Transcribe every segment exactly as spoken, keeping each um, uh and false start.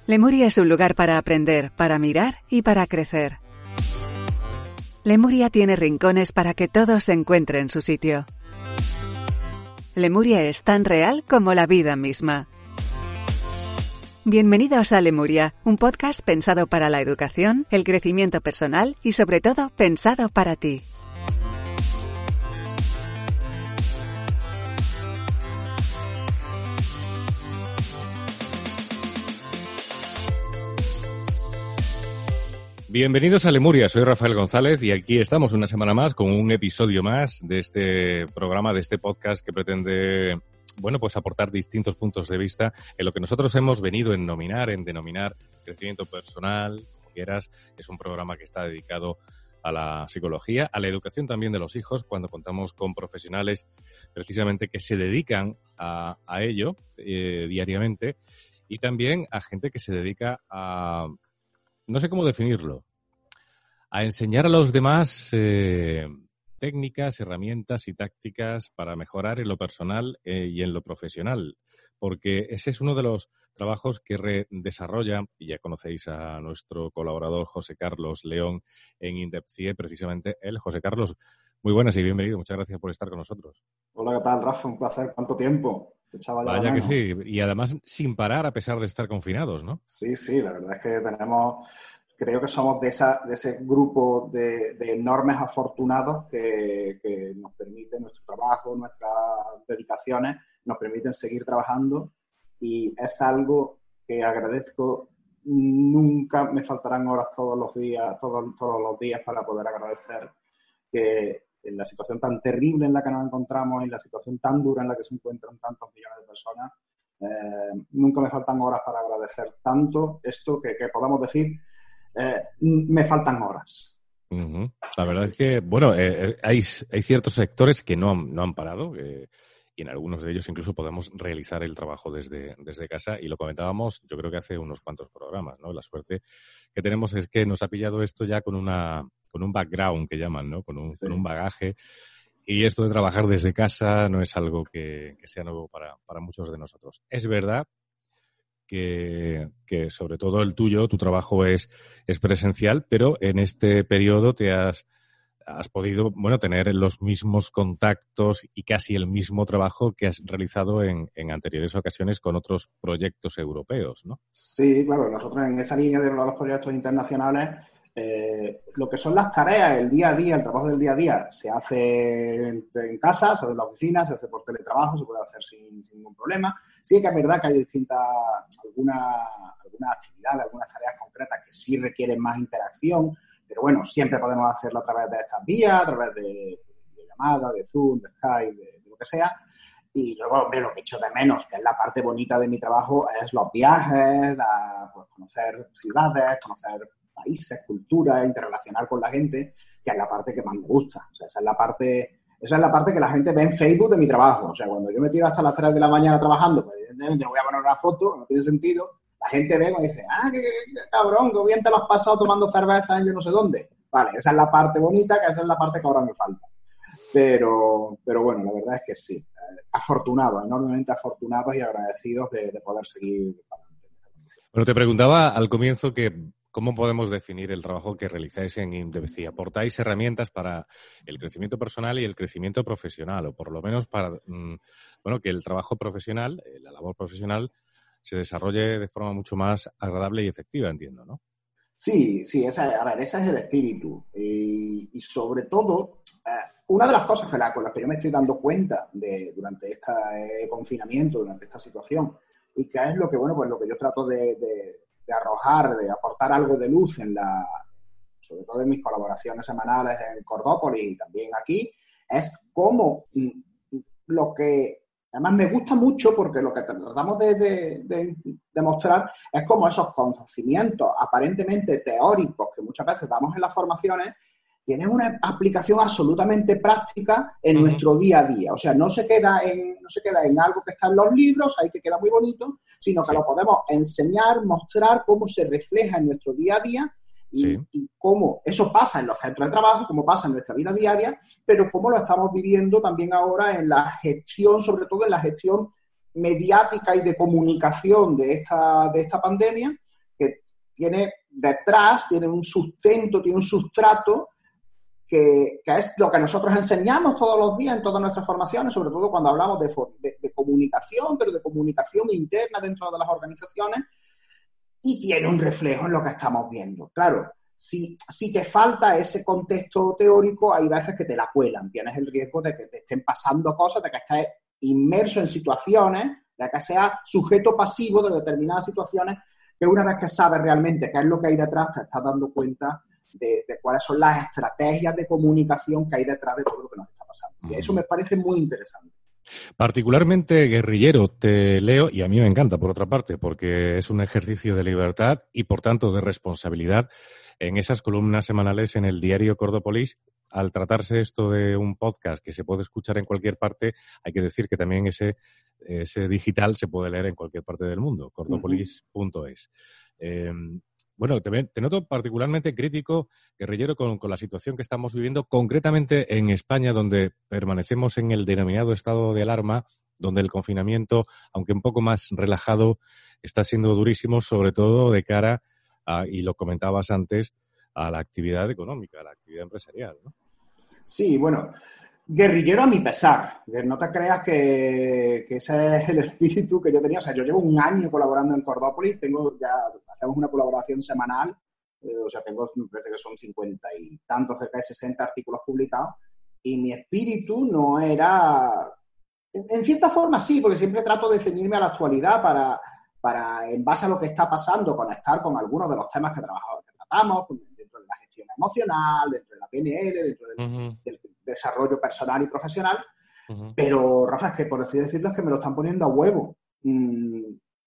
Lemuria es un lugar para aprender, para mirar y para crecer. Lemuria tiene rincones para que todo se encuentre en su sitio. Lemuria es tan real como la vida misma. Bienvenidos a Lemuria, un podcast pensado para la educación, el crecimiento personal y sobre todo pensado para ti. Bienvenidos a Lemuria, soy Rafael González y aquí estamos una semana más con un episodio más de este programa, de este podcast que pretende, bueno, pues aportar distintos puntos de vista en lo que nosotros hemos venido en nominar, en denominar crecimiento personal, como quieras. Es un programa que está dedicado a la psicología, a la educación también de los hijos, cuando contamos con profesionales precisamente que se dedican a, a ello eh, diariamente, y también a gente que se dedica a... no sé cómo definirlo, a enseñar a los demás eh, técnicas, herramientas y tácticas para mejorar en lo personal eh, y en lo profesional, porque ese es uno de los trabajos que re- desarrolla, y ya conocéis a nuestro colaborador José Carlos León en Indepcie, precisamente él. José Carlos, muy buenas y bienvenido, muchas gracias por estar con nosotros. Hola, ¿qué tal, Rafa? Un placer. ¿Cuánto tiempo? Vaya que sí, y además sin parar a pesar de estar confinados, ¿no? Sí, sí, la verdad es que tenemos, creo que somos de, esa, de ese grupo de, de enormes afortunados que, que nos permite nuestro trabajo, nuestras dedicaciones, nos permiten seguir trabajando, y es algo que agradezco. Nunca me faltarán horas todos los días, todos, todos los días para poder agradecer que en la situación tan terrible en la que nos encontramos, en la situación tan dura en la que se encuentran tantos millones de personas, eh, nunca me faltan horas para agradecer tanto esto que, que podamos decir, eh, me faltan horas. Uh-huh. La verdad es que, bueno, eh, hay, hay ciertos sectores que no han, no han parado, eh, y en algunos de ellos incluso podemos realizar el trabajo desde, desde casa, y lo comentábamos yo creo que hace unos cuantos programas, ¿no? La suerte que tenemos es que nos ha pillado esto ya con una con un background que llaman, ¿no? Con un, sí. con un bagaje, y esto de trabajar desde casa no es algo que, que sea nuevo para, para muchos de nosotros. Es verdad que, que sobre todo el tuyo, tu trabajo es, es presencial, pero en este periodo te has has podido, bueno, tener los mismos contactos y casi el mismo trabajo que has realizado en, en anteriores ocasiones con otros proyectos europeos, ¿no? Sí, claro. Nosotros en esa línea de los proyectos internacionales, eh, lo que son las tareas, el día a día, el trabajo del día a día, se hace en casa, se hace en la oficina, se hace por teletrabajo, se puede hacer sin, sin ningún problema. Sí que es verdad que hay distintas, algunas algunas actividades, algunas tareas concretas que sí requieren más interacción, pero bueno, siempre podemos hacerlo a través de estas vías, a través de, de llamadas, de Zoom, de Skype, de, de lo que sea. Y luego, hombre, lo que echo de menos, que es la parte bonita de mi trabajo, es los viajes, la, pues, conocer ciudades, conocer países, culturas, interrelacionar con la gente, que es la parte que más me gusta. O sea, esa es la parte, esa es la parte que la gente ve en Facebook de mi trabajo. O sea, cuando yo me tiro hasta las tres de la mañana trabajando, pues evidentemente no voy a poner una foto, no tiene sentido. La gente ve y dice, ah, qué, qué, qué cabrón, qué bien te lo has pasado tomando cerveza en yo no sé dónde. Vale, esa es la parte bonita, que esa es la parte que ahora me falta. Pero, pero bueno, la verdad es que sí. Eh, afortunados, enormemente afortunados y agradecidos de, de poder seguir adelante en esta condición. Bueno, te preguntaba al comienzo que cómo podemos definir el trabajo que realizáis en Indepcie. ¿Aportáis herramientas para el crecimiento personal y el crecimiento profesional? O por lo menos para, mmm, bueno, que el trabajo profesional, la labor profesional, se desarrolle de forma mucho más agradable y efectiva, entiendo, ¿no? Sí, sí, esa, a ver, ese es el espíritu. Y, y sobre todo, eh, una de las cosas que la, con las que yo me estoy dando cuenta de, durante este eh, confinamiento, durante esta situación, y que es lo que, bueno, pues lo que yo trato de, de, de arrojar, de aportar algo de luz en la, sobre todo en mis colaboraciones semanales en Cordópolis y también aquí, es cómo lo que... Además, me gusta mucho porque lo que tratamos de, de, de, de mostrar es cómo esos conocimientos aparentemente teóricos que muchas veces damos en las formaciones tienen una aplicación absolutamente práctica en uh-huh. nuestro día a día. O sea, no se queda en no se queda en algo que está en los libros, ahí que queda muy bonito, sino que sí. lo podemos enseñar, mostrar cómo se refleja en nuestro día a día y, sí. y cómo eso pasa en los centros de trabajo, cómo pasa en nuestra vida diaria, pero cómo lo estamos viviendo también ahora en la gestión, sobre todo en la gestión mediática y de comunicación de esta, de esta pandemia, tiene detrás, tiene un sustento, tiene un sustrato que, que es lo que nosotros enseñamos todos los días en todas nuestras formaciones, sobre todo cuando hablamos de, de, de comunicación, pero de comunicación interna dentro de las organizaciones, y tiene un reflejo en lo que estamos viendo. Claro, si, si te falta ese contexto teórico, hay veces que te la cuelan, tienes el riesgo de que te estén pasando cosas, de que estés inmerso en situaciones, de que seas sujeto pasivo de determinadas situaciones, que una vez que sabes realmente qué es lo que hay detrás, te estás dando cuenta de, de cuáles son las estrategias de comunicación que hay detrás de todo lo que nos está pasando. Y eso me parece muy interesante. Particularmente guerrillero te leo, y a mí me encanta, por otra parte, porque es un ejercicio de libertad y, por tanto, de responsabilidad en esas columnas semanales en el diario Cordópolis. Al tratarse esto de un podcast que se puede escuchar en cualquier parte, hay que decir que también ese, ese digital se puede leer en cualquier parte del mundo, cordópolis punto es. Uh-huh. Eh, bueno, te, te noto particularmente crítico, guerrillero, con, con la situación que estamos viviendo, concretamente en España, donde permanecemos en el denominado estado de alarma, donde el confinamiento, aunque un poco más relajado, está siendo durísimo, sobre todo de cara a, y lo comentabas antes, a la actividad económica, a la actividad empresarial, ¿no? Sí, bueno, guerrillero a mi pesar. No te creas que, que ese es el espíritu que yo tenía. O sea, yo llevo un año colaborando en Cordópolis, tengo ya, hacemos una colaboración semanal, eh, o sea, tengo, me parece que son cincuenta y tantos, cerca de sesenta artículos publicados, y mi espíritu no era... En, en cierta forma sí, porque siempre trato de ceñirme a la actualidad para, para, en base a lo que está pasando, conectar con algunos de los temas que, trabajamos, que tratamos, dentro de la gestión emocional, dentro de la P N L, dentro del, uh-huh. del desarrollo personal y profesional. Uh-huh. Pero, Rafa, es que por así decirlo es que me lo están poniendo a huevo. Mm,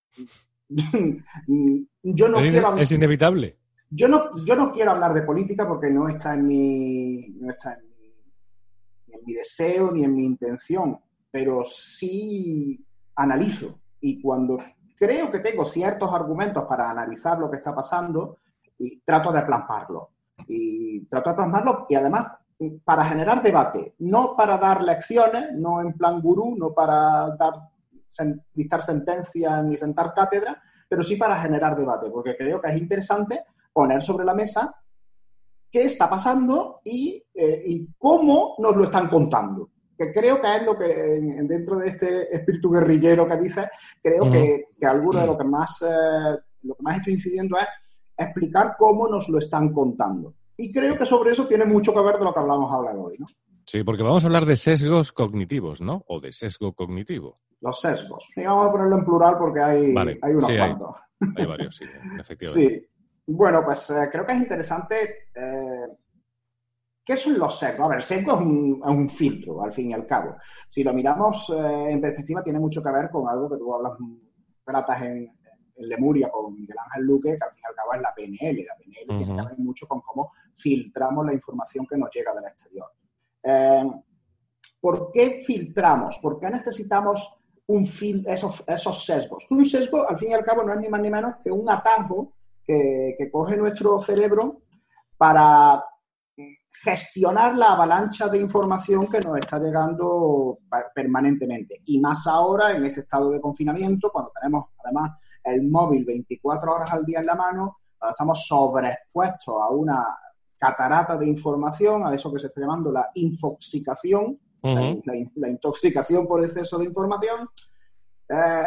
yo no es, quiero... Es inevitable. Yo no, yo no quiero hablar de política porque no está en mi, no está en mi, ni en mi deseo ni en mi intención, pero sí analizo. Y cuando creo que tengo ciertos argumentos para analizar lo que está pasando, y trato de plasmarlo. Y trato de plasmarlo y además para generar debate, no para dar lecciones, no en plan gurú, no para dar, sen, dictar sentencias ni sentar cátedra, pero sí para generar debate, porque creo que es interesante poner sobre la mesa qué está pasando y, eh, y cómo nos lo están contando. Que creo que es lo que, dentro de este espíritu guerrillero que dices, creo uh-huh. que, que alguno de lo que más, eh, lo que más estoy incidiendo es explicar cómo nos lo están contando. Y creo que sobre eso tiene mucho que ver de lo que hablamos ahora hoy, ¿no? Sí, porque vamos a hablar de sesgos cognitivos, ¿no? O de sesgo cognitivo. Los sesgos. Y vamos a ponerlo en plural porque hay, vale. hay unos sí, cuantos. Hay, hay varios, sí, efectivamente. Sí. Bueno, pues eh, creo que es interesante... Eh, ¿Qué son los sesgos? A ver, el sesgo es un, es un filtro, al fin y al cabo. Si lo miramos eh, en perspectiva, tiene mucho que ver con algo que tú hablas, tratas en, en Lemuria con Miguel Ángel Luque, que al fin y al cabo es la P N L. La P N L uh-huh. tiene que ver mucho con cómo filtramos la información que nos llega del exterior. Eh, ¿Por qué filtramos? ¿Por qué necesitamos un fil- esos, esos sesgos? Un sesgo, al fin y al cabo, no es ni más ni menos que un atajo que, que coge nuestro cerebro para gestionar la avalancha de información que nos está llegando permanentemente. Y más ahora, en este estado de confinamiento, cuando tenemos, además, el móvil veinticuatro horas al día en la mano, cuando estamos sobreexpuestos a una catarata de información, a eso que se está llamando la infoxicación, uh-huh. la, la, la intoxicación por exceso de información, eh,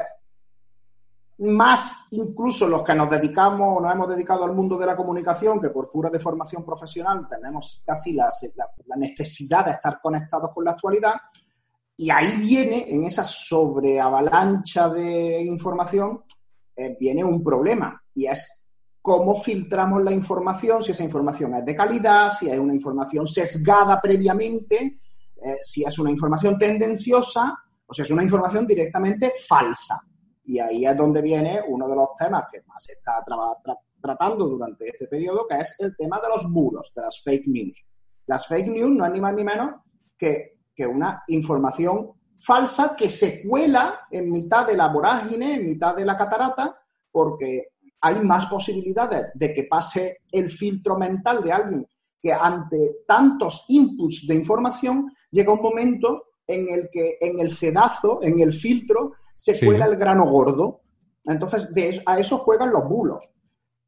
más incluso los que nos dedicamos, nos hemos dedicado al mundo de la comunicación, que por pura deformación profesional tenemos casi la, la, la necesidad de estar conectados con la actualidad, y ahí viene, en esa sobreavalancha de información, eh, viene un problema, y es cómo filtramos la información, si esa información es de calidad, si es una información sesgada previamente, eh, si es una información tendenciosa, o si es una información directamente falsa. Y ahí es donde viene uno de los temas que más se está tra- tra- tratando durante este periodo, que es el tema de los bulos, de las fake news. Las fake news no es ni más ni menos que, que una información falsa que se cuela en mitad de la vorágine, en mitad de la catarata, porque hay más posibilidades de que pase el filtro mental de alguien que ante tantos inputs de información llega un momento en el que en el cedazo, en el filtro, se sí. cuela el grano gordo. Entonces, de eso, a eso juegan los bulos.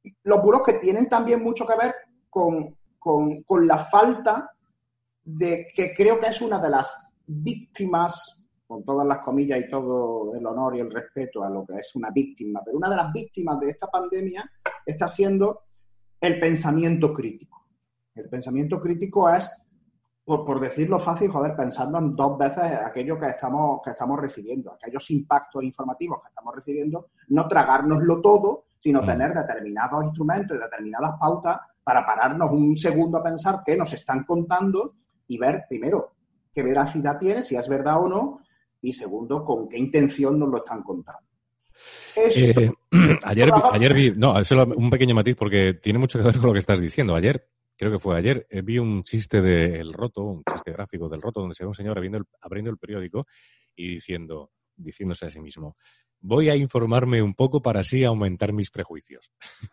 los bulos que tienen también mucho que ver con, con, con la falta de, que creo que es una de las víctimas, con todas las comillas y todo el honor y el respeto a lo que es una víctima, pero una de las víctimas de esta pandemia está siendo el pensamiento crítico. El pensamiento crítico es, por, por decirlo fácil, joder, pensando en dos veces aquello que estamos, que estamos recibiendo, aquellos impactos informativos que estamos recibiendo, no tragárnoslo todo, sino mm. tener determinados instrumentos y determinadas pautas para pararnos un segundo a pensar qué nos están contando y ver, primero, qué veracidad tiene, si es verdad o no, y segundo, con qué intención nos lo están contando. Esto, eh, ayer, ayer vi, no, solo un pequeño matiz porque tiene mucho que ver con lo que estás diciendo. Ayer, creo que fue ayer, eh, vi un chiste de El Roto, un chiste gráfico del Roto, donde se ve un señor abriendo el, abriendo el periódico y diciendo, diciéndose a sí mismo, voy a informarme un poco para así aumentar mis prejuicios.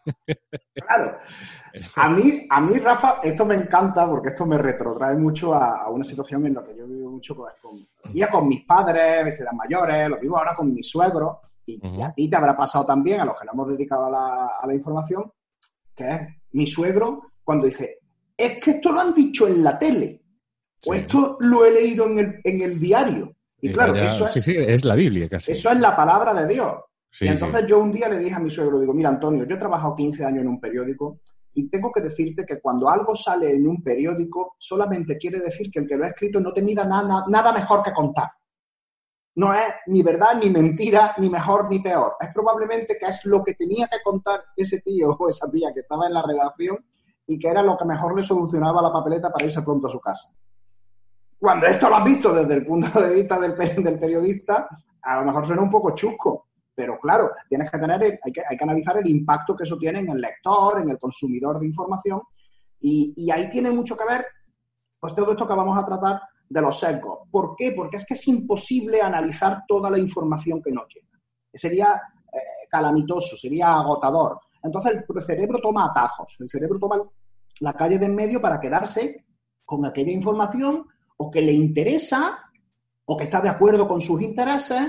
Claro. A mí, a mí, Rafa, esto me encanta porque esto me retrotrae mucho a, a una situación en la que yo vivo mucho con, con, vivía con mis padres, que eran mayores, lo vivo ahora con mis suegros, y, uh-huh. y a ti te habrá pasado también, a los que nos hemos dedicado a la, a la información, que es mi suegro cuando dice, es que esto lo han dicho en la tele, sí. o esto lo he leído en el, en el diario. Y, y claro, ya, eso es... Sí, sí, es la Biblia casi. Eso es la palabra de Dios. Sí, y entonces sí. yo un día le dije a mi suegro, digo, mira, Antonio, yo he trabajado quince años en un periódico y tengo que decirte que cuando algo sale en un periódico solamente quiere decir que el que lo ha escrito no tenía nada, nada mejor que contar. No es ni verdad, ni mentira, ni mejor, ni peor. Es probablemente que es lo que tenía que contar ese tío o esa tía que estaba en la redacción y que era lo que mejor le solucionaba la papeleta para irse pronto a su casa. Cuando esto lo has visto desde el punto de vista del, del periodista, a lo mejor suena un poco chusco, pero claro, tienes que tener, el, hay, que, hay que analizar el impacto que eso tiene en el lector, en el consumidor de información, y, y ahí tiene mucho que ver, pues todo esto que vamos a tratar de los sesgos. ¿Por qué? Porque es que es imposible analizar toda la información que nos llega. Sería eh, calamitoso, sería agotador. Entonces el cerebro toma atajos, el cerebro toma la calle de en medio para quedarse con aquella información o que le interesa, o que está de acuerdo con sus intereses,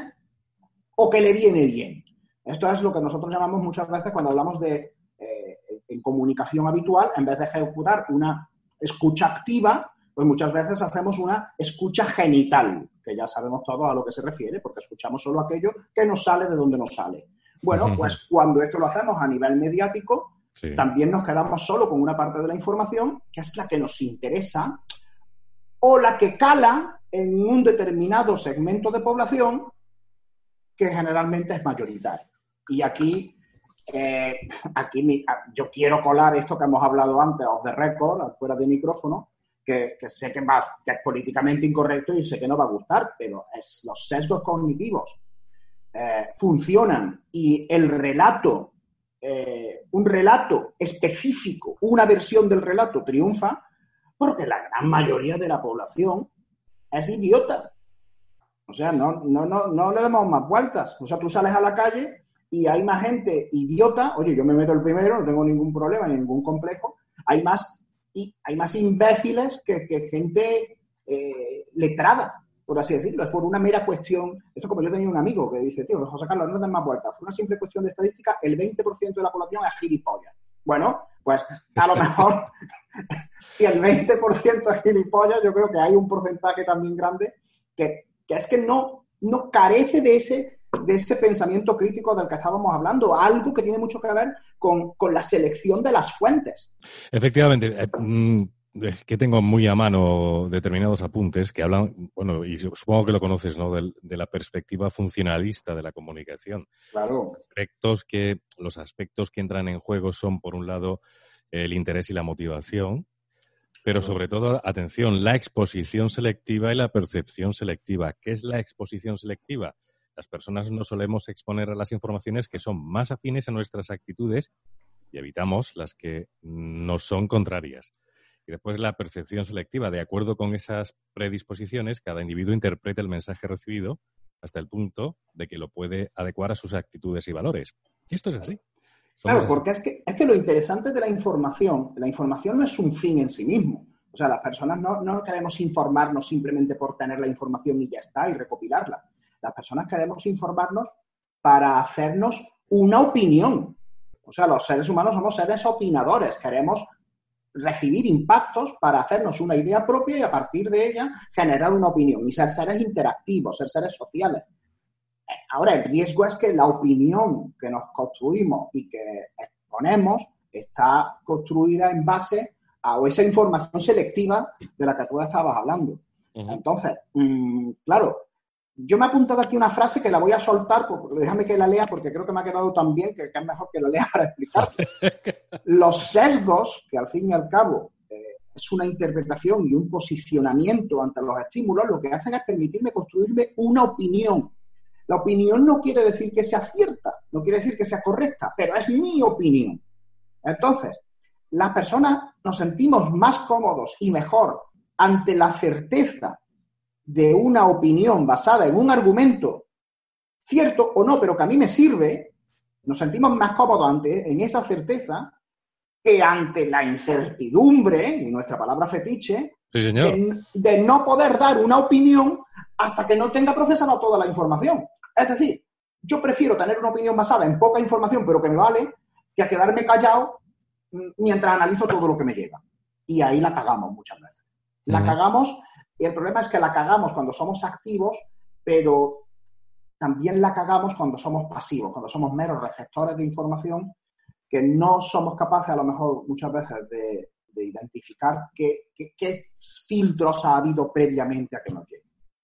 o que le viene bien. Esto es lo que nosotros llamamos muchas veces cuando hablamos de eh, en comunicación habitual, en vez de ejecutar una escucha activa, pues muchas veces hacemos una escucha genital, que ya sabemos todos a lo que se refiere, porque escuchamos solo aquello que nos sale de donde nos sale. Bueno, uh-huh. pues cuando esto lo hacemos a nivel mediático, sí. también nos quedamos solo con una parte de la información, que es la que nos interesa, o la que cala en un determinado segmento de población que generalmente es mayoritario. Y aquí, eh, aquí yo quiero colar esto que hemos hablado antes, off the record, fuera de micrófono, que, que sé que, va, que es políticamente incorrecto y sé que no va a gustar, pero es los sesgos cognitivos eh, funcionan y el relato, eh, un relato específico, una versión del relato triunfa porque la gran mayoría de la población es idiota. O sea, no, no, no, no le damos más vueltas. O sea, tú sales a la calle y hay más gente idiota. Oye, yo me meto el primero, no tengo ningún problema, ningún complejo. Hay más, y hay más imbéciles que, que gente eh, letrada, por así decirlo. Es por una mera cuestión. Esto como yo tenía un amigo que dice, tío, José Carlos, no le den más vueltas. Por una simple cuestión de estadística, el veinte por ciento de la población es gilipollas. Bueno, pues a lo mejor si el veinte por ciento es gilipollas, yo creo que hay un porcentaje también grande que, que es que no, no carece de ese, de ese pensamiento crítico del que estábamos hablando, algo que tiene mucho que ver con, con la selección de las fuentes. Efectivamente, eh, es que tengo muy a mano determinados apuntes que hablan, bueno, y supongo que lo conoces, ¿no?, de, de la perspectiva funcionalista de la comunicación. Claro. Aspectos que, los aspectos que entran en juego son, por un lado, el interés y la motivación, pero sobre todo, atención, la exposición selectiva y la percepción selectiva. ¿Qué es la exposición selectiva? Las personas no solemos exponer a las informaciones que son más afines a nuestras actitudes y evitamos las que nos son contrarias. Y después la percepción selectiva. De acuerdo con esas predisposiciones, cada individuo interpreta el mensaje recibido hasta el punto de que lo puede adecuar a sus actitudes y valores. Y esto es así. Claro, así. Porque es que, es que lo interesante de la información, la información no es un fin en sí mismo. O sea, las personas no, no queremos informarnos simplemente por tener la información y ya está, y recopilarla. Las personas queremos informarnos para hacernos una opinión. O sea, los seres humanos somos seres opinadores, queremos recibir impactos para hacernos una idea propia y a partir de ella generar una opinión y ser seres interactivos, ser seres sociales. Ahora, el riesgo es que la opinión que nos construimos y que exponemos está construida en base a esa información selectiva de la que tú estabas hablando. Uh-huh. Entonces, mmm, claro, yo me he apuntado aquí una frase que la voy a soltar, porque, déjame que la lea porque creo que me ha quedado tan bien que, que es mejor que la lea para explicar. Los sesgos, que al fin y al cabo eh, es una interpretación y un posicionamiento ante los estímulos, lo que hacen es permitirme construirme una opinión. La opinión no quiere decir que sea cierta, no quiere decir que sea correcta, pero es mi opinión. Entonces, las personas nos sentimos más cómodos y mejor ante la certeza de una opinión basada en un argumento cierto o no, pero que a mí me sirve, nos sentimos más cómodos ante, en esa certeza que ante la incertidumbre, y nuestra palabra fetiche, sí, señor. de, de no poder dar una opinión hasta que no tenga procesada toda la información. Es decir, yo prefiero tener una opinión basada en poca información, pero que me vale, que a quedarme callado mientras analizo todo lo que me llega. Y ahí la cagamos muchas veces. La uh-huh. cagamos, y el problema es que la cagamos cuando somos activos, pero también la cagamos cuando somos pasivos, cuando somos meros receptores de información, que no somos capaces a lo mejor muchas veces de, de identificar qué, qué, qué filtros ha habido previamente a que nos llegue.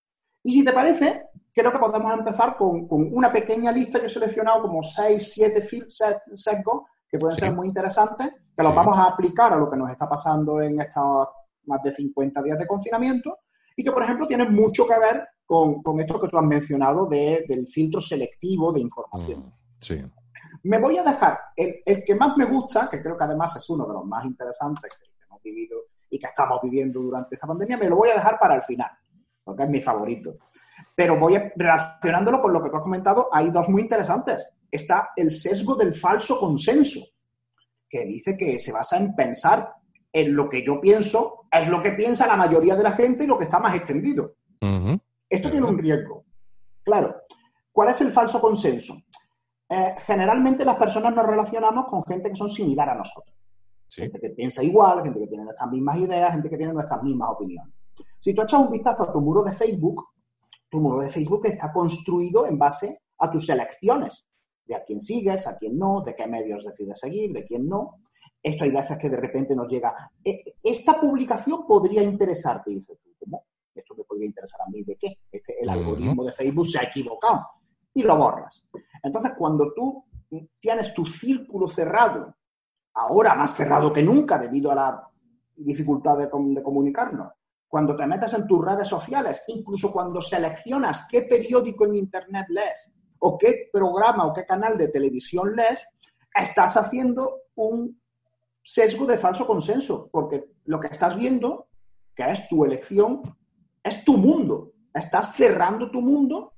Y si te parece, creo que podemos empezar con, con una pequeña lista. Yo he seleccionado como seis, siete sesgos que pueden sí. ser muy interesantes, que los sí. vamos a aplicar a lo que nos está pasando en estos más de cincuenta días de confinamiento y que, por ejemplo, tienen mucho que ver con, con esto que tú has mencionado de, del filtro selectivo de información. Mm, sí. Me voy a dejar el, el que más me gusta, que creo que además es uno de los más interesantes que hemos vivido y que estamos viviendo durante esta pandemia, me lo voy a dejar para el final, porque es mi favorito. Pero voy a, relacionándolo con lo que tú has comentado, hay dos muy interesantes. Está el sesgo del falso consenso, que dice que se basa en pensar en lo que yo pienso, es lo que piensa la mayoría de la gente y lo que está más extendido. Uh-huh. Esto uh-huh. tiene un riesgo. Claro. ¿Cuál es el falso consenso? Eh, generalmente las personas nos relacionamos con gente que son similar a nosotros. ¿Sí? Gente que piensa igual, gente que tiene nuestras mismas ideas, gente que tiene nuestras mismas opiniones. Si tú echas un vistazo a tu muro de Facebook, tu muro de Facebook está construido en base a tus elecciones, de a quién sigues, a quién no, de qué medios decides seguir, de quién no. Esto hay veces que de repente nos llega, esta publicación podría interesarte, dices tú, ¿cómo? ¿Esto me podría interesar a mí de qué? Este, el uh-huh. algoritmo de Facebook se ha equivocado y lo borras. Entonces, cuando tú tienes tu círculo cerrado, ahora más cerrado que nunca debido a la dificultad de, de comunicarnos, cuando te metes en tus redes sociales, incluso cuando seleccionas qué periódico en Internet lees o qué programa o qué canal de televisión lees, estás haciendo un sesgo de falso consenso, porque lo que estás viendo, que es tu elección, es tu mundo. Estás cerrando tu mundo,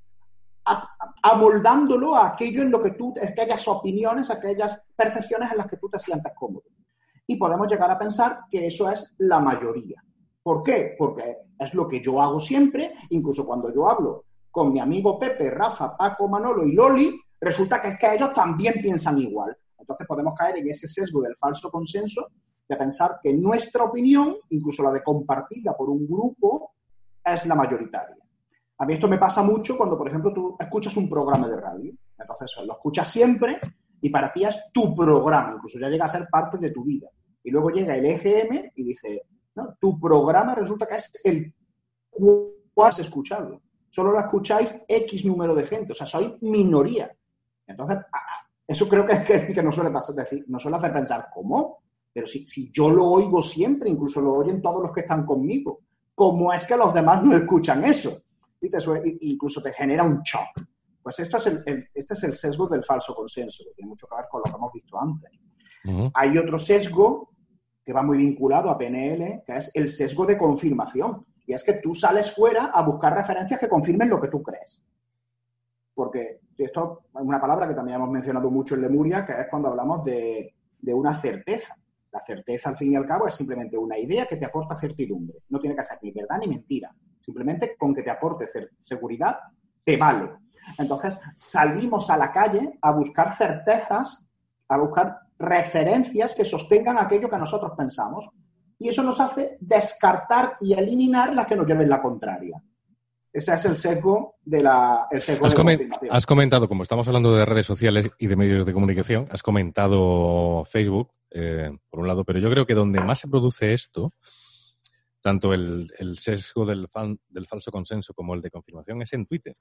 amoldándolo a aquello en lo que tú, aquellas opiniones, aquellas percepciones en las que tú te sientas cómodo. Y podemos llegar a pensar que eso es la mayoría. ¿Por qué? Porque es lo que yo hago siempre, incluso cuando yo hablo con mi amigo Pepe, Rafa, Paco, Manolo y Loli, resulta que es que ellos también piensan igual. Entonces podemos caer en ese sesgo del falso consenso, de pensar que nuestra opinión, incluso la de compartirla por un grupo, es la mayoritaria. A mí esto me pasa mucho cuando, por ejemplo, tú escuchas un programa de radio. Entonces lo escuchas siempre y para ti es tu programa, incluso ya llega a ser parte de tu vida. Y luego llega el E G M y dice, no, tu programa resulta que es el cual has escuchado. Solo lo escucháis X número de gente, o sea, soy minoría. Entonces, eso creo que, que, que nos suele pasar, decir, nos suele hacer pensar, ¿cómo? Pero si, si yo lo oigo siempre, incluso lo oyen todos los que están conmigo, ¿cómo es que los demás no escuchan eso? ¿Viste? Eso incluso te genera un shock. Pues esto es el, el, este es el sesgo del falso consenso, que tiene mucho que ver con lo que hemos visto antes. Uh-huh. Hay otro sesgo que va muy vinculado a P N L, que es el sesgo de confirmación. Y es que tú sales fuera a buscar referencias que confirmen lo que tú crees. Porque esto es una palabra que también hemos mencionado mucho en Lemuria, que es cuando hablamos de, de una certeza. La certeza, al fin y al cabo, es simplemente una idea que te aporta certidumbre. No tiene que ser ni verdad ni mentira. Simplemente con que te aporte seguridad, te vale. Entonces, salimos a la calle a buscar certezas a buscar referencias que sostengan aquello que nosotros pensamos. Y eso nos hace descartar y eliminar las que nos lleven la contraria. Ese es el sesgo de la el sesgo has de coment confirmación. Has comentado, como estamos hablando de redes sociales y de medios de comunicación, has comentado Facebook, eh, por un lado, pero yo creo que donde más se produce esto, tanto el, el sesgo del, fan, del falso consenso como el de confirmación, es en Twitter.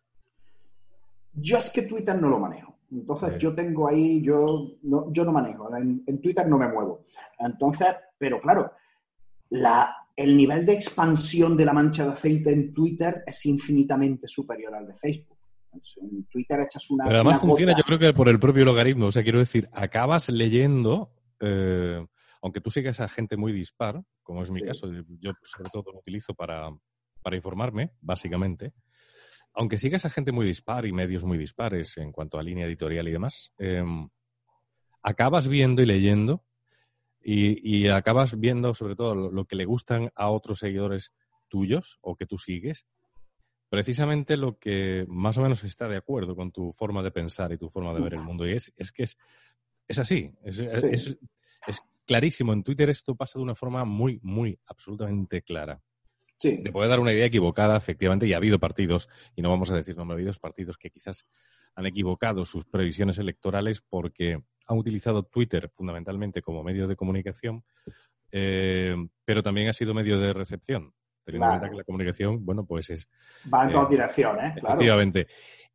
Yo es que Twitter no lo manejo. Entonces, Sí. yo tengo ahí, yo no, yo no manejo. En, en Twitter no me muevo. Entonces, pero claro, la, el nivel de expansión de la mancha de aceite en Twitter es infinitamente superior al de Facebook. En Twitter echas una Pero además una funciona, gota. yo creo que por el propio logaritmo. O sea, quiero decir, acabas leyendo, eh, aunque tú sigas a gente muy dispar, como es mi Sí. caso, yo sobre todo lo utilizo para, para informarme, básicamente. Aunque sigas a gente muy dispar y medios muy dispares en cuanto a línea editorial y demás, eh, acabas viendo y leyendo y, y acabas viendo sobre todo lo, lo que le gustan a otros seguidores tuyos o que tú sigues, precisamente lo que más o menos está de acuerdo con tu forma de pensar y tu forma de ver el mundo. Y es, es que es, es así, es, Sí. es, es clarísimo. En Twitter esto pasa de una forma muy, muy, absolutamente clara. Sí. Te puede dar una idea equivocada, efectivamente, y ha habido partidos, y no vamos a decir nombre, ha habido partidos que quizás han equivocado sus previsiones electorales porque han utilizado Twitter fundamentalmente como medio de comunicación, eh, pero también ha sido medio de recepción, teniendo Claro. en cuenta que la comunicación, bueno, pues es... Va en eh, dos direcciones, claro. Efectivamente.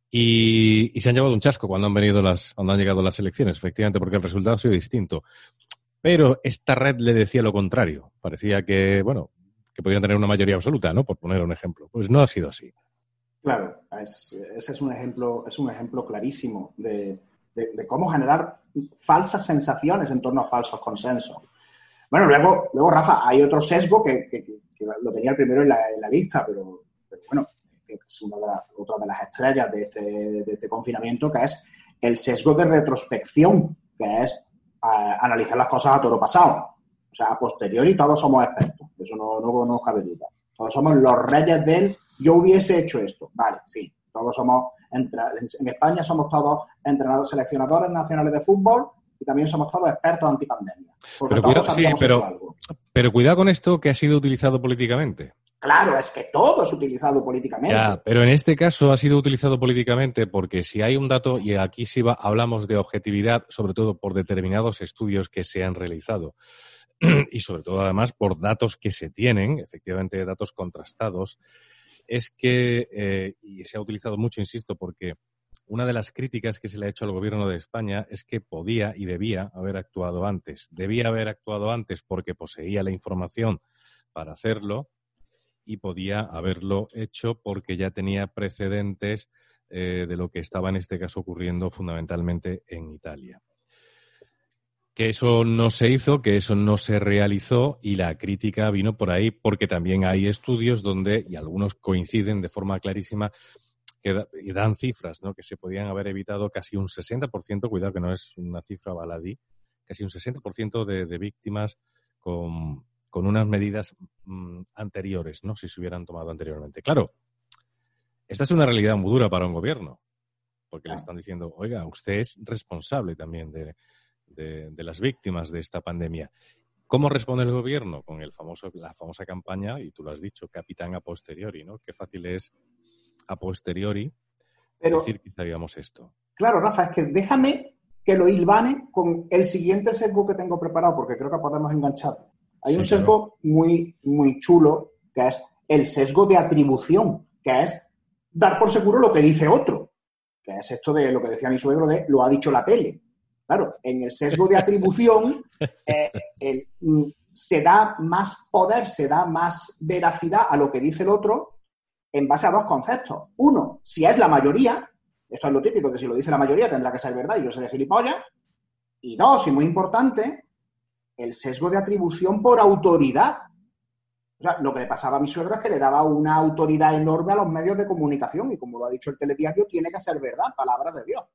Y, y se han llevado un chasco cuando han venido las, cuando han llegado las elecciones, efectivamente, porque el resultado ha sido distinto. Pero esta red le decía lo contrario. Parecía que, bueno, que podían tener una mayoría absoluta, ¿no? Por poner un ejemplo. Pues no ha sido así. Claro, es, ese es un ejemplo, es un ejemplo clarísimo de, de, de cómo generar falsas sensaciones en torno a falsos consensos. Bueno, luego, luego Rafa, hay otro sesgo que, que, que lo tenía el primero en la, en la lista, pero, pero bueno, creo que es una de la, otra de las estrellas de este, de este confinamiento, que es el sesgo de retrospección, que es uh, analizar las cosas a toro pasado. O sea, a posteriori todos somos expertos, eso no, no, no cabe duda. Todos somos los reyes del yo hubiese hecho esto. Vale, sí, todos somos, entra, en España somos todos entrenadores, seleccionadores nacionales de fútbol y también somos todos expertos antipandemia. Porque Pero todos cuidado, habíamos sí, pero, hecho algo. Pero cuidado con esto que ha sido utilizado políticamente. Claro, es que todo es utilizado políticamente. Ya, pero en este caso ha sido utilizado políticamente porque si hay un dato, y aquí sí va, hablamos de objetividad, sobre todo por determinados estudios que se han realizado y sobre todo además por datos que se tienen, efectivamente datos contrastados, es que, eh, y se ha utilizado mucho, insisto, porque una de las críticas que se le ha hecho al gobierno de España es que podía y debía haber actuado antes. Debía haber actuado antes porque poseía la información para hacerlo y podía haberlo hecho porque ya tenía precedentes eh, de lo que estaba en este caso ocurriendo fundamentalmente en Italia. Que eso no se hizo, que eso no se realizó y la crítica vino por ahí porque también hay estudios donde, y algunos coinciden de forma clarísima, que da, y dan cifras, ¿no? Que se podían haber evitado casi un sesenta por ciento, cuidado que no es una cifra baladí, casi un sesenta por ciento de, de víctimas con, con unas medidas mmm, anteriores, ¿no? Si se hubieran tomado anteriormente. Claro, esta es una realidad muy dura para un gobierno, porque le están diciendo, oiga, usted es responsable también de... De, de las víctimas de esta pandemia. ¿Cómo responde el gobierno? Con el famoso, la famosa campaña, y tú lo has dicho, capitán a posteriori, ¿no? Qué fácil es a posteriori Pero, decir que sabíamos esto. Claro, Rafa, es que déjame que lo hilvane con el siguiente sesgo que tengo preparado, porque creo que podemos enganchar. Hay sí, un sesgo claro. muy, muy chulo, que es el sesgo de atribución, que es dar por seguro lo que dice otro, que es esto de lo que decía mi suegro de lo ha dicho la tele. Claro, en el sesgo de atribución eh, el, se da más poder, se da más veracidad a lo que dice el otro en base a dos conceptos. Uno, si es la mayoría, esto es lo típico, que si lo dice la mayoría tendrá que ser verdad y yo seré gilipollas. Y dos, y muy importante, el sesgo de atribución por autoridad. O sea, lo que le pasaba a mi suegro es que le daba una autoridad enorme a los medios de comunicación y como lo ha dicho el telediario, tiene que ser verdad, palabra de Dios.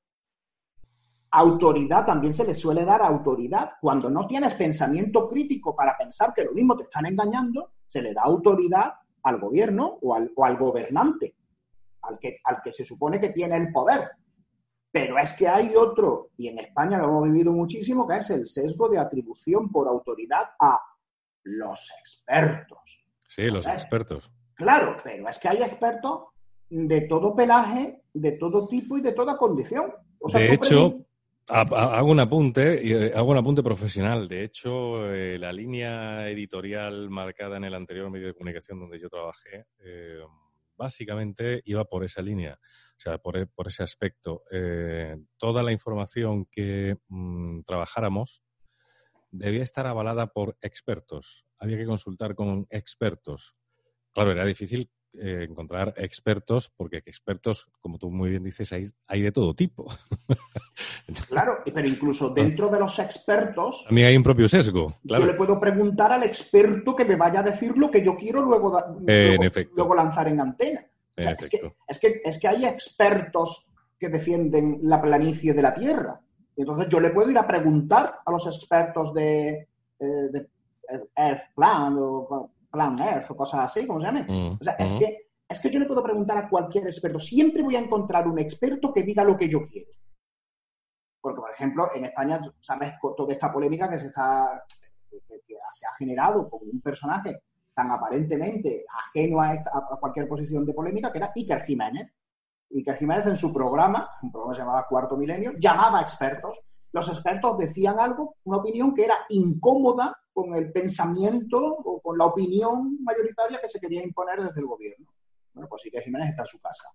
Autoridad, también se le suele dar autoridad. Cuando no tienes pensamiento crítico para pensar que lo mismo te están engañando, se le da autoridad al gobierno o al, o al gobernante, al que, al que se supone que tiene el poder. Pero es que hay otro, y en España lo hemos vivido muchísimo, que es el sesgo de atribución por autoridad a los expertos. Sí, los expertos. Claro, pero es que hay expertos de todo pelaje, de todo tipo y de toda condición. O sea, de hecho, preguntas... hago un apunte, y hago un apunte profesional. De hecho, eh, la línea editorial marcada en el anterior medio de comunicación donde yo trabajé, eh, básicamente iba por esa línea, o sea, por, por ese aspecto. Eh, toda la información que mmm, trabajáramos debía estar avalada por expertos. Había que consultar con expertos. Claro, era difícil eh, encontrar expertos, porque expertos, como tú muy bien dices, hay, hay de todo tipo. Claro, pero incluso dentro de los expertos... También hay un propio sesgo, claro. Yo le puedo preguntar al experto que me vaya a decir lo que yo quiero luego, da, eh, luego, en luego lanzar en antena. O sea, en es, que, es, que, es que hay expertos que defienden la planicie de la Tierra. Entonces yo le puedo ir a preguntar a los expertos de, eh, de Earth Plan o Plan Earth o cosas así, ¿cómo se llame? Mm, o sea, uh-huh. es, que, es que yo le puedo preguntar a cualquier experto. Siempre voy a encontrar un experto que diga lo que yo quiero. Porque, por ejemplo, en España, sabes toda esta polémica que se está que, que se ha generado con un personaje tan aparentemente ajeno a, esta, a cualquier posición de polémica, que era Iker Jiménez. Iker Jiménez en su programa, un programa que se llamaba Cuarto Milenio, llamaba a expertos. Los expertos decían algo, una opinión que era incómoda con el pensamiento o con la opinión mayoritaria que se quería imponer desde el gobierno. Bueno, pues Iker Jiménez está en su casa.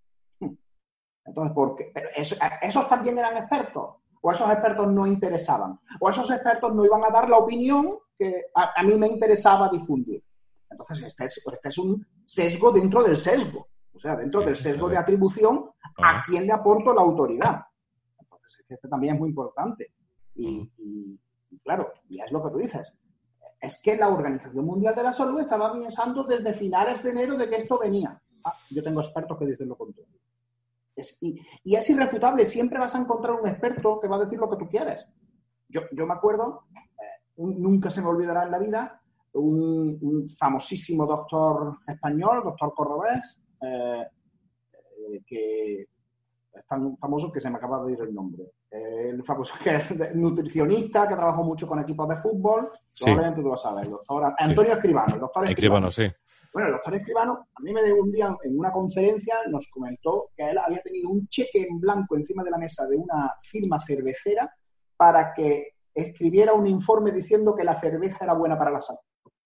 Entonces, ¿por qué? Pero eso, ¿esos también eran expertos? ¿O esos expertos no interesaban? ¿O esos expertos no iban a dar la opinión que a, a mí me interesaba difundir? Entonces, este es, este es un sesgo dentro del sesgo. O sea, dentro del sesgo de atribución, ¿a quién le aporto la autoridad? Entonces, este también es muy importante. Y, y, y claro, ya es lo que tú dices. Es que la Organización Mundial de la Salud estaba pensando desde finales de enero de que esto venía. Ah, yo tengo expertos que dicen lo contrario. Es, y, y es irrefutable, siempre vas a encontrar un experto que va a decir lo que tú quieres. Yo, yo me acuerdo, eh, un, nunca se me olvidará en la vida, un, un famosísimo doctor español, doctor cordobés, eh, eh, que es tan famoso que se me acaba de ir el nombre. Eh, el famoso que es nutricionista, que trabajó mucho con equipos de fútbol, sí. Probablemente tú lo sabes, el doctor Antonio sí. Escribano. El doctor Escribano, Escribano, sí. Bueno, el doctor Escribano, a mí me dio un día en una conferencia, nos comentó que él había tenido un cheque en blanco encima de la mesa de una firma cervecera para que escribiera un informe diciendo que la cerveza era buena para la salud.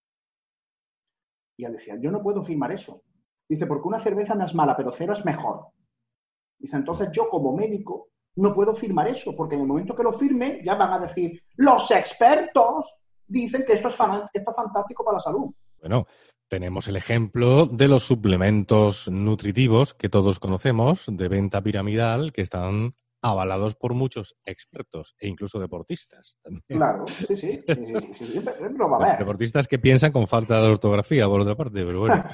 Y él decía, yo no puedo firmar eso. Dice, porque una cerveza no es mala, pero cero es mejor. Dice, entonces yo como médico no puedo firmar eso, porque en el momento que lo firme ya van a decir, los expertos dicen que esto es, fan- que esto es fantástico para la salud. Bueno, tenemos el ejemplo de los suplementos nutritivos que todos conocemos, de venta piramidal, que están avalados por muchos expertos e incluso deportistas también. Claro, sí, sí, sí, sí, sí, sí, pero lo va a ver. Deportistas que piensan con falta de ortografía, por otra parte, pero bueno.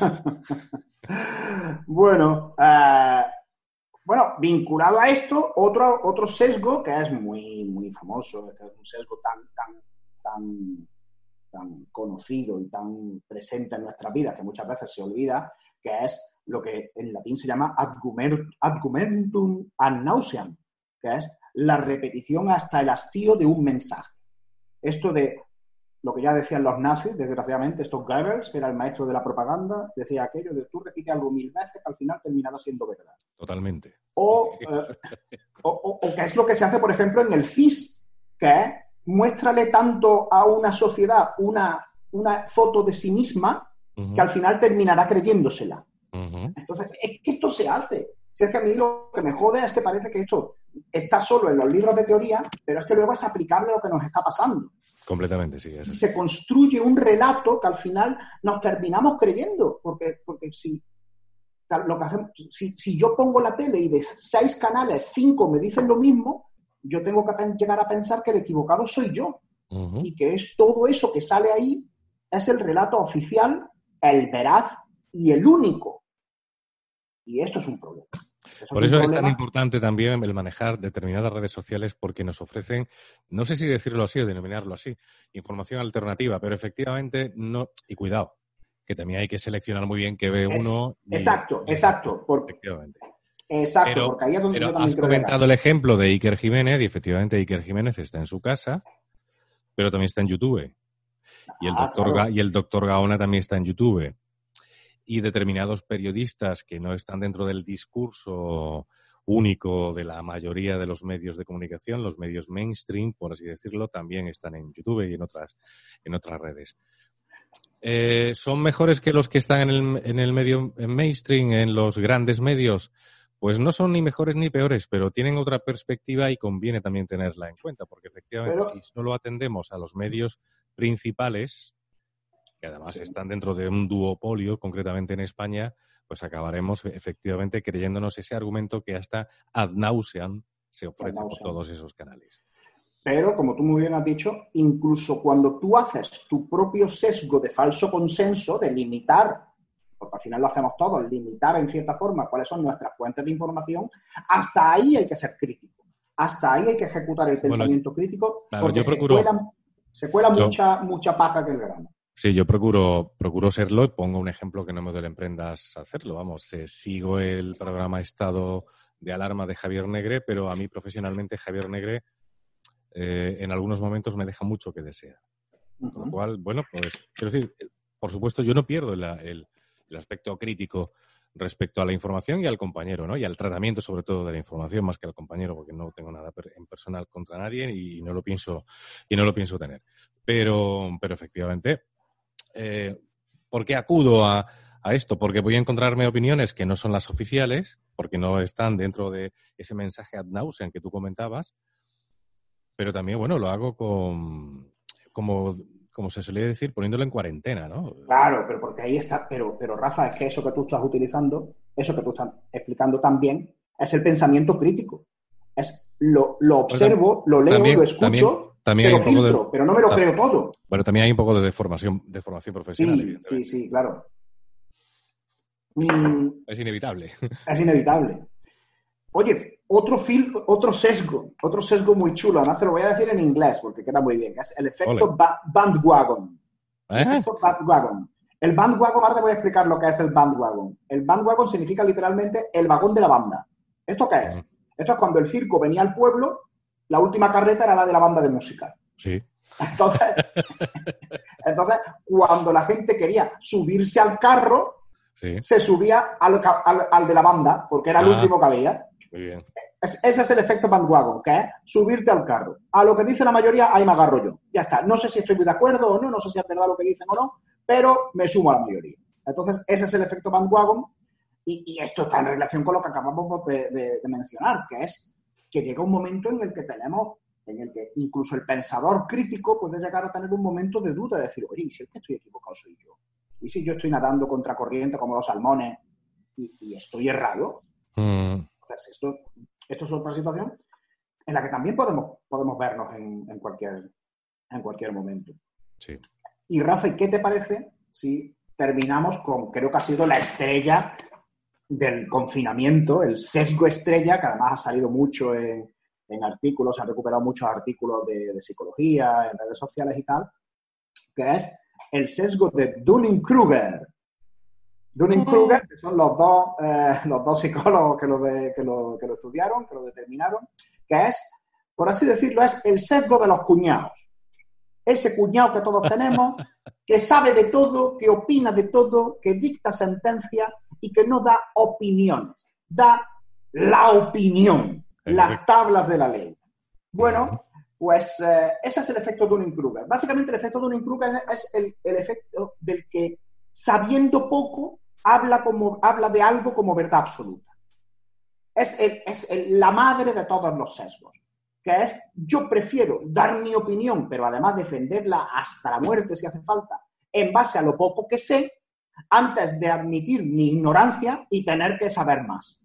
bueno, eh, bueno, vinculado a esto, otro, otro sesgo que es muy, muy famoso, este es un sesgo tan, tan, tan, tan conocido y tan presente en nuestras vidas que muchas veces se olvida, que es lo que en latín se llama argumentum ad nauseam, que es la repetición hasta el hastío de un mensaje. Esto de lo que ya decían los nazis, desgraciadamente, estos Goebbels, que era el maestro de la propaganda, decía aquello de tú repites algo mil veces que al final terminará siendo verdad. Totalmente. O, eh, o, o, o que es lo que se hace, por ejemplo, en el C I S, que es muéstrale tanto a una sociedad una, una foto de sí misma uh-huh. que al final terminará creyéndosela. Uh-huh. Entonces, es que esto se hace. Si es que a mí lo que me jode es que parece que esto está solo en los libros de teoría, pero es que luego es aplicable a lo que nos está pasando. Completamente, sí. Y se construye un relato que al final nos terminamos creyendo, porque, porque si, lo que hacemos, si, si yo pongo la tele y de seis canales, cinco me dicen lo mismo, yo tengo que llegar a pensar que el equivocado soy yo. Uh-huh. Y que es todo eso que sale ahí es el relato oficial, el veraz y el único. Y esto es un problema. Eso Por es eso un es problema. tan importante también el manejar determinadas redes sociales porque nos ofrecen, no sé si decirlo así o denominarlo así, información alternativa, pero efectivamente no, y cuidado, que también hay que seleccionar muy bien qué ve es, uno. Y, exacto, y, exacto. Por, efectivamente. Exacto, pero, porque ahí es donde pero yo también has creo comentado que el ejemplo de Iker Jiménez y efectivamente Iker Jiménez está en su casa, pero también está en YouTube. Y el Ah, doctor claro. Ga- y el doctor Gaona también está en YouTube. Y determinados periodistas que no están dentro del discurso único de la mayoría de los medios de comunicación, los medios mainstream, por así decirlo, también están en YouTube y en otras, en otras redes. Eh, ¿Son mejores que los que están en el, en el medio en mainstream, en los grandes medios? Pues no son ni mejores ni peores, pero tienen otra perspectiva y conviene también tenerla en cuenta, porque efectivamente Pero, si solo atendemos a los medios principales, que además sí, están dentro de un duopolio, concretamente en España, pues acabaremos efectivamente creyéndonos ese argumento que hasta ad nauseam se ofrece por todos esos canales. pero, como tú muy bien has dicho, incluso cuando tú haces tu propio sesgo de falso consenso, de limitar, porque al final lo hacemos todos, limitar en cierta forma cuáles son nuestras fuentes de información, hasta ahí hay que ser crítico. Hasta ahí hay que ejecutar el pensamiento bueno, crítico, claro, porque yo procuro, se cuela, se cuela yo, mucha, mucha paja que el grano. Sí, yo procuro, procuro serlo y pongo un ejemplo que no me duele en prendas hacerlo. Vamos, eh, sigo el programa Estado de Alarma de Javier Negre, pero a mí profesionalmente Javier Negre eh, en algunos momentos me deja mucho que desear. Uh-huh. Con lo cual, bueno, pues quiero decir, por supuesto yo no pierdo el, el, el aspecto crítico respecto a la información y al compañero, ¿no? Y al tratamiento sobre todo de la información más que al compañero, porque no tengo nada en personal contra nadie y no lo pienso, y no lo pienso tener. Pero, pero efectivamente, Eh, ¿por qué acudo a, a esto? Porque voy a encontrarme opiniones que no son las oficiales, porque no están dentro de ese mensaje ad nauseam que tú comentabas, pero también, bueno, lo hago con, como, como se solía decir, poniéndolo en cuarentena, ¿no? Claro, pero porque ahí está, pero, pero Rafa, es que eso que tú estás utilizando, eso que tú estás explicando también, es el pensamiento crítico. Es lo, lo observo, lo leo, también, lo escucho, también, también pero filtro, de, pero no me lo creo todo. Bueno, también hay un poco de deformación, de formación profesional. Sí, sí, sí, claro. Mm, es inevitable. Es inevitable. Oye, otro, fil, otro sesgo, otro sesgo muy chulo, además te lo voy a decir en inglés porque queda muy bien, que es el efecto ba bandwagon. El ¿Eh? efecto bandwagon. El bandwagon, ahora te voy a explicar lo que es el bandwagon. El bandwagon significa literalmente el vagón de la banda. ¿Esto qué es? Mm. Esto es cuando el circo venía al pueblo, la última carreta era la de la banda de música. Sí. Entonces, entonces, cuando la gente quería subirse al carro, sí. se subía al, al, al de la banda, porque era el ah, último que había. Muy bien. Es, ese es el efecto bandwagon, que es subirte al carro. A lo que dice la mayoría, ahí me agarro yo. Ya está. No sé si estoy muy de acuerdo o no, no sé si es verdad lo que dicen o no, pero me sumo a la mayoría. Entonces, ese es el efecto bandwagon y, y esto está en relación con lo que acabamos de, de, de mencionar, que es que llega un momento en el que tenemos en el que incluso el pensador crítico puede llegar a tener un momento de duda, de decir, oye, ¿y si el que estoy equivocado soy yo? ¿Y si yo estoy nadando contra corriente como los salmones y, y estoy errado? Mm. Entonces, esto, esto es otra situación en la que también podemos, podemos vernos en, en, cualquier, en cualquier momento. Sí. Y, Rafa, ¿qué te parece si terminamos con, creo que ha sido la estrella del confinamiento, el sesgo estrella, que además ha salido mucho en... en artículos, se han recuperado muchos artículos de, de psicología, en redes sociales y tal, que es el sesgo de Dunning-Kruger. Dunning-Kruger, que son los dos, eh, los dos psicólogos que lo, de, que, lo, que lo estudiaron, que lo determinaron, que es, por así decirlo, es el sesgo de los cuñados. Ese cuñado que todos tenemos, que sabe de todo, que opina de todo, que dicta sentencia y que no da opiniones, da la opinión. Las tablas de la ley. Bueno, pues eh, ese es el efecto Dunning-Kruger. Básicamente el efecto Dunning-Kruger es, es el, el efecto del que, sabiendo poco, habla, como, habla de algo como verdad absoluta. Es, el, es el, la madre de todos los sesgos, que es, yo prefiero dar mi opinión, pero además defenderla hasta la muerte si hace falta, en base a lo poco que sé, antes de admitir mi ignorancia y tener que saber más.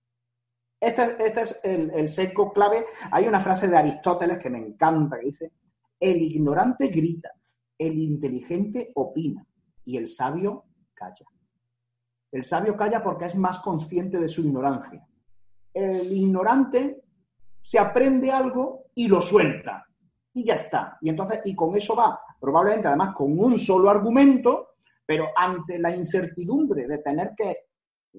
Este, este es el, el sesgo clave. Hay una frase de Aristóteles que me encanta, que dice, el ignorante grita, el inteligente opina y el sabio calla. El sabio calla porque es más consciente de su ignorancia. El ignorante se aprende algo y lo suelta y ya está. Y entonces, y con eso va, probablemente además con un solo argumento, pero ante la incertidumbre de tener que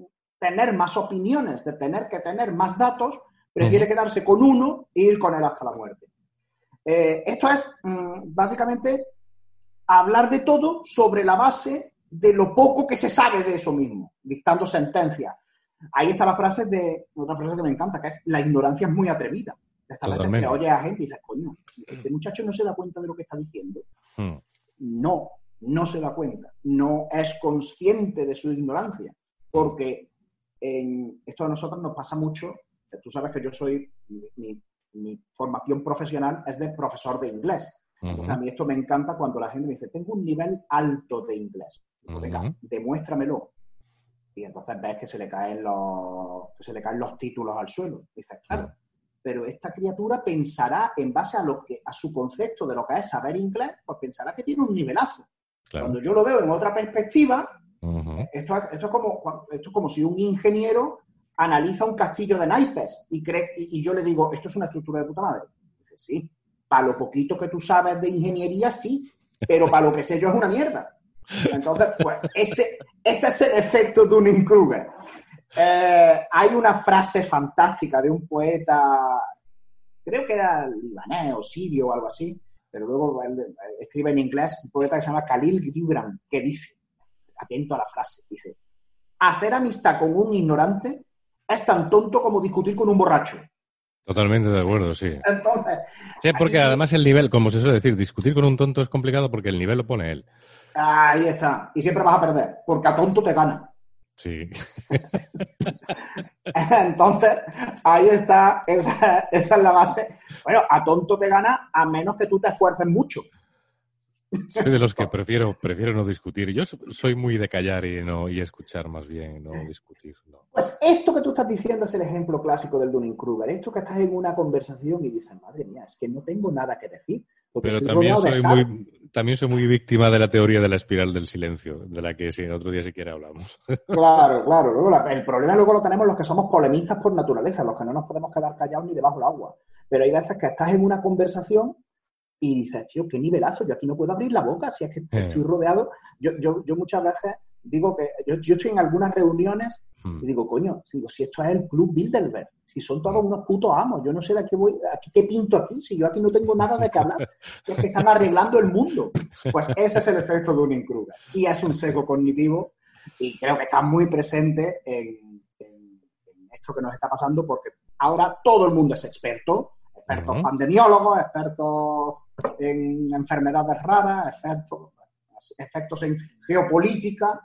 tener más opiniones, de tener que tener más datos, prefiere uh-huh. quedarse con uno e ir con él hasta la muerte. Eh, esto es, mmm, básicamente, hablar de todo sobre la base de lo poco que se sabe de eso mismo, dictando sentencias. Ahí está la frase de, otra frase que me encanta, que es: la ignorancia es muy atrevida. Esta veces que oyes a gente y dices, coño, este muchacho no se da cuenta de lo que está diciendo. Hmm. No, no se da cuenta. No es consciente de su ignorancia. Porque en esto a nosotros nos pasa mucho. Tú sabes que yo soy, mi, mi formación profesional es de profesor de inglés. Uh-huh. Entonces a mí esto me encanta cuando la gente me dice, tengo un nivel alto de inglés. Digo, venga, uh-huh. demuéstramelo. Y entonces ves que se le caen los, que se le caen los títulos al suelo. Dices, claro. Uh-huh. Pero esta criatura pensará, en base a lo que a su concepto de lo que es saber inglés, pues pensará que tiene un nivelazo. Claro. Cuando yo lo veo en otra perspectiva, uh-huh. esto, esto, es como, esto es como si un ingeniero analiza un castillo de naipes y, cree, y, y yo le digo, esto es una estructura de puta madre. Dice, sí, para lo poquito que tú sabes de ingeniería, sí, pero para lo que sé yo es una mierda. Entonces, pues, este, este es el efecto Dunning-Kruger. Eh, hay una frase fantástica de un poeta, creo que era libanés o sirio o algo así, pero luego él, él escribe en inglés, un poeta que se llama Khalil Gibran, que dice, atento a la frase, dice: hacer amistad con un ignorante es tan tonto como discutir con un borracho. Totalmente de acuerdo, sí. Entonces, sí, porque ahí, además el nivel, como se suele decir, discutir con un tonto es complicado porque el nivel lo pone él. Ahí está. Y siempre vas a perder, porque a tonto te gana. Sí. Entonces, ahí está, esa, esa es la base. Bueno, a tonto te gana a menos que tú te esfuerces mucho. Soy de los que prefiero prefiero no discutir. Yo soy muy de callar y no y escuchar más bien, no discutir. No. Pues esto que tú estás diciendo es el ejemplo clásico del Dunning-Kruger. Esto que estás en una conversación y dices, madre mía, es que no tengo nada que decir. Pero también soy, muy, también soy muy víctima de la teoría de la espiral del silencio, de la que sí, otro día siquiera hablamos. Claro, claro. Luego la, el problema luego lo tenemos los que somos polemistas por naturaleza, los que no nos podemos quedar callados ni debajo del agua. Pero hay veces que estás en una conversación y dices, tío, qué nivelazo, yo aquí no puedo abrir la boca, si es que estoy eh. rodeado. Yo, yo, yo muchas veces digo que yo, yo estoy en algunas reuniones hmm. y digo, coño, digo, si esto es el Club Bilderberg, si son todos hmm. unos putos amos, yo no sé de qué voy, aquí qué pinto aquí, si yo aquí no tengo nada de qué hablar, es que están arreglando el mundo. Pues ese es el efecto de Dunning-Kruger. Y es un sesgo cognitivo y creo que está muy presente en, en, en esto que nos está pasando, porque ahora todo el mundo es experto, expertos uh-huh. pandemiólogos, expertos en enfermedades raras, efectos, efectos en geopolítica,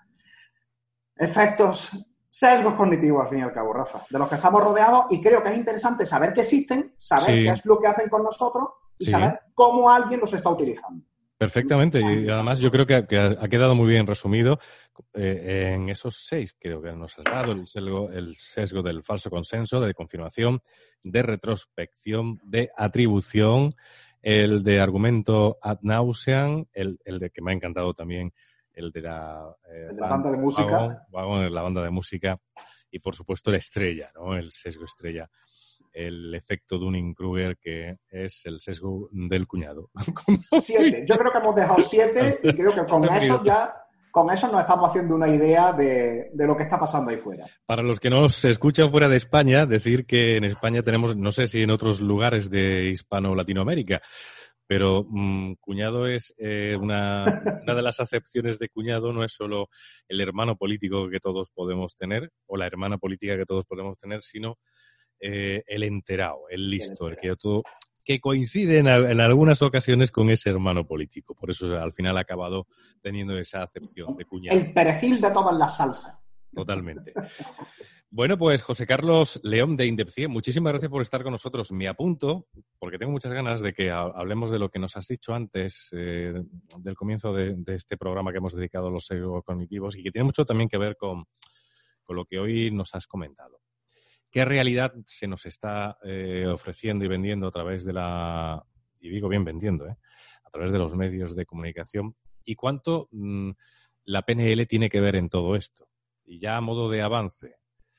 efectos, sesgos cognitivos, al fin y al cabo, Rafa, de los que estamos rodeados, y creo que es interesante saber que existen, saber sí. qué es lo que hacen con nosotros y sí. saber cómo alguien los está utilizando. Perfectamente, y además yo creo que, que ha quedado muy bien resumido eh, en esos seis, creo que nos has dado, el sesgo, el sesgo del falso consenso, de confirmación, de retrospección, de atribución, el de argumento ad nauseam, el, el de que me ha encantado también, el de la, eh, el de la banda de música, vagón, vagón, la banda de música, y por supuesto la estrella, ¿no? El sesgo estrella. El efecto Dunning-Kruger, que es el sesgo del cuñado. Siete. Yo creo que hemos dejado siete y creo que con eso ya, con eso nos estamos haciendo una idea de, de lo que está pasando ahí fuera. Para los que no se escuchan fuera de España, decir que en España tenemos, no sé si en otros lugares de Hispano-Latinoamérica, pero mmm, cuñado es eh, una, una de las acepciones de cuñado, no es solo el hermano político que todos podemos tener o la hermana política que todos podemos tener, sino Eh, el enterado, el listo, el, el que, todo, que coincide en, en algunas ocasiones con ese hermano político. Por eso al final ha acabado teniendo esa acepción de cuñado. El perejil de todas las salsas. Totalmente. Bueno, pues José Carlos León de Indepcie, muchísimas gracias por estar con nosotros. Me apunto, porque tengo muchas ganas de que hablemos de lo que nos has dicho antes eh, del comienzo de, de este programa que hemos dedicado a los sesgos cognitivos y que tiene mucho también que ver con, con lo que hoy nos has comentado. ¿Qué realidad se nos está eh, ofreciendo y vendiendo a través de la, y digo bien vendiendo, eh, a través de los medios de comunicación? ¿Y cuánto mmm, la P N L tiene que ver en todo esto? Y ya a modo de avance,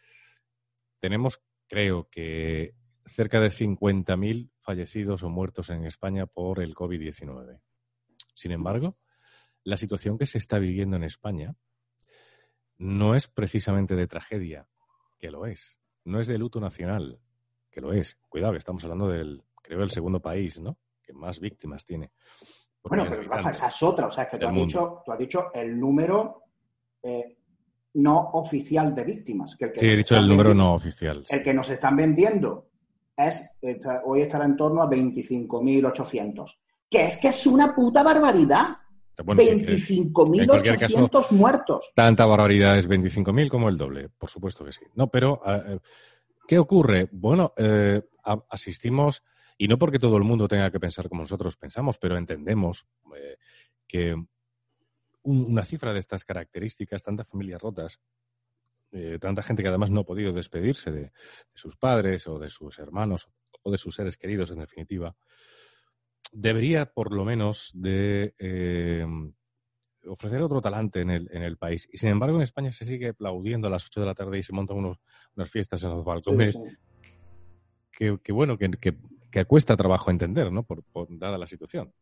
tenemos, creo que, cerca de cincuenta mil fallecidos o muertos en España por el covid diecinueve. Sin embargo, la situación que se está viviendo en España no es precisamente de tragedia, que lo es. No es de luto nacional, que lo es. Cuidado, que estamos hablando del, creo, el segundo país, ¿no?, que más víctimas tiene. Bueno, pero Rafa, esa es otra. O sea, es que tú has, dicho, tú has dicho el número eh, no oficial de víctimas. Que el que sí, he dicho el número no oficial. El sí. que nos están vendiendo es hoy estará en torno a veinticinco mil ochocientos. Que es que es una puta barbaridad. Bueno, veinticinco mil ochocientos caso, muertos. Tanta barbaridad es veinticinco mil como el doble, por supuesto que sí. No, pero eh, ¿qué ocurre? Bueno, eh, asistimos, y no porque todo el mundo tenga que pensar como nosotros pensamos, pero entendemos eh, que un, una cifra de estas características, tantas familias rotas, eh, tanta gente que además no ha podido despedirse de, de sus padres o de sus hermanos o de sus seres queridos, en definitiva, debería por lo menos de eh, ofrecer otro talante en el, en el país. Y sin embargo en España se sigue aplaudiendo a las ocho de la tarde y se montan unos, unas fiestas en los balcones sí, sí. Que, que bueno, que, que, que cuesta trabajo entender, ¿no?, por, por, dada la situación.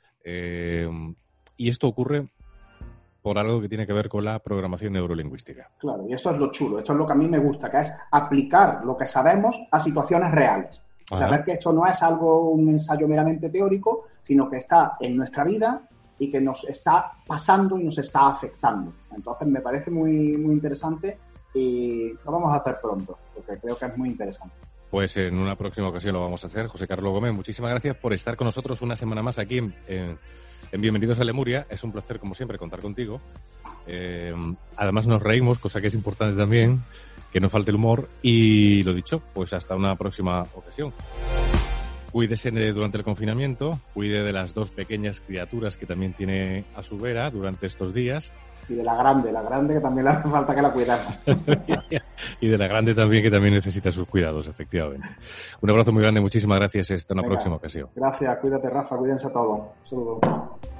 Eh, y esto ocurre por algo que tiene que ver con la programación neurolingüística. Claro, y esto es lo chulo, esto es lo que a mí me gusta, que es aplicar lo que sabemos a situaciones reales. O sea, ver que esto no es algo, un ensayo meramente teórico, sino que está en nuestra vida y que nos está pasando y nos está afectando. Entonces me parece muy, muy interesante y lo vamos a hacer pronto, porque creo que es muy interesante. Pues en una próxima ocasión lo vamos a hacer. José Carlos Gómez, muchísimas gracias por estar con nosotros una semana más aquí en, en, en Bienvenidos a Lemuria. Es un placer, como siempre, contar contigo. Eh, además nos reímos, cosa que es importante también, que no falte el humor. Y lo dicho, pues hasta una próxima ocasión. Cuídese durante el confinamiento, cuide de las dos pequeñas criaturas que también tiene a su vera durante estos días. Y de la grande, la grande que también le hace falta que la cuidemos. Y de la grande también, que también necesita sus cuidados, efectivamente. Un abrazo muy grande, muchísimas gracias. Hasta una Venga, próxima ocasión. Gracias, cuídate, Rafa, cuídense a todos. Un saludo.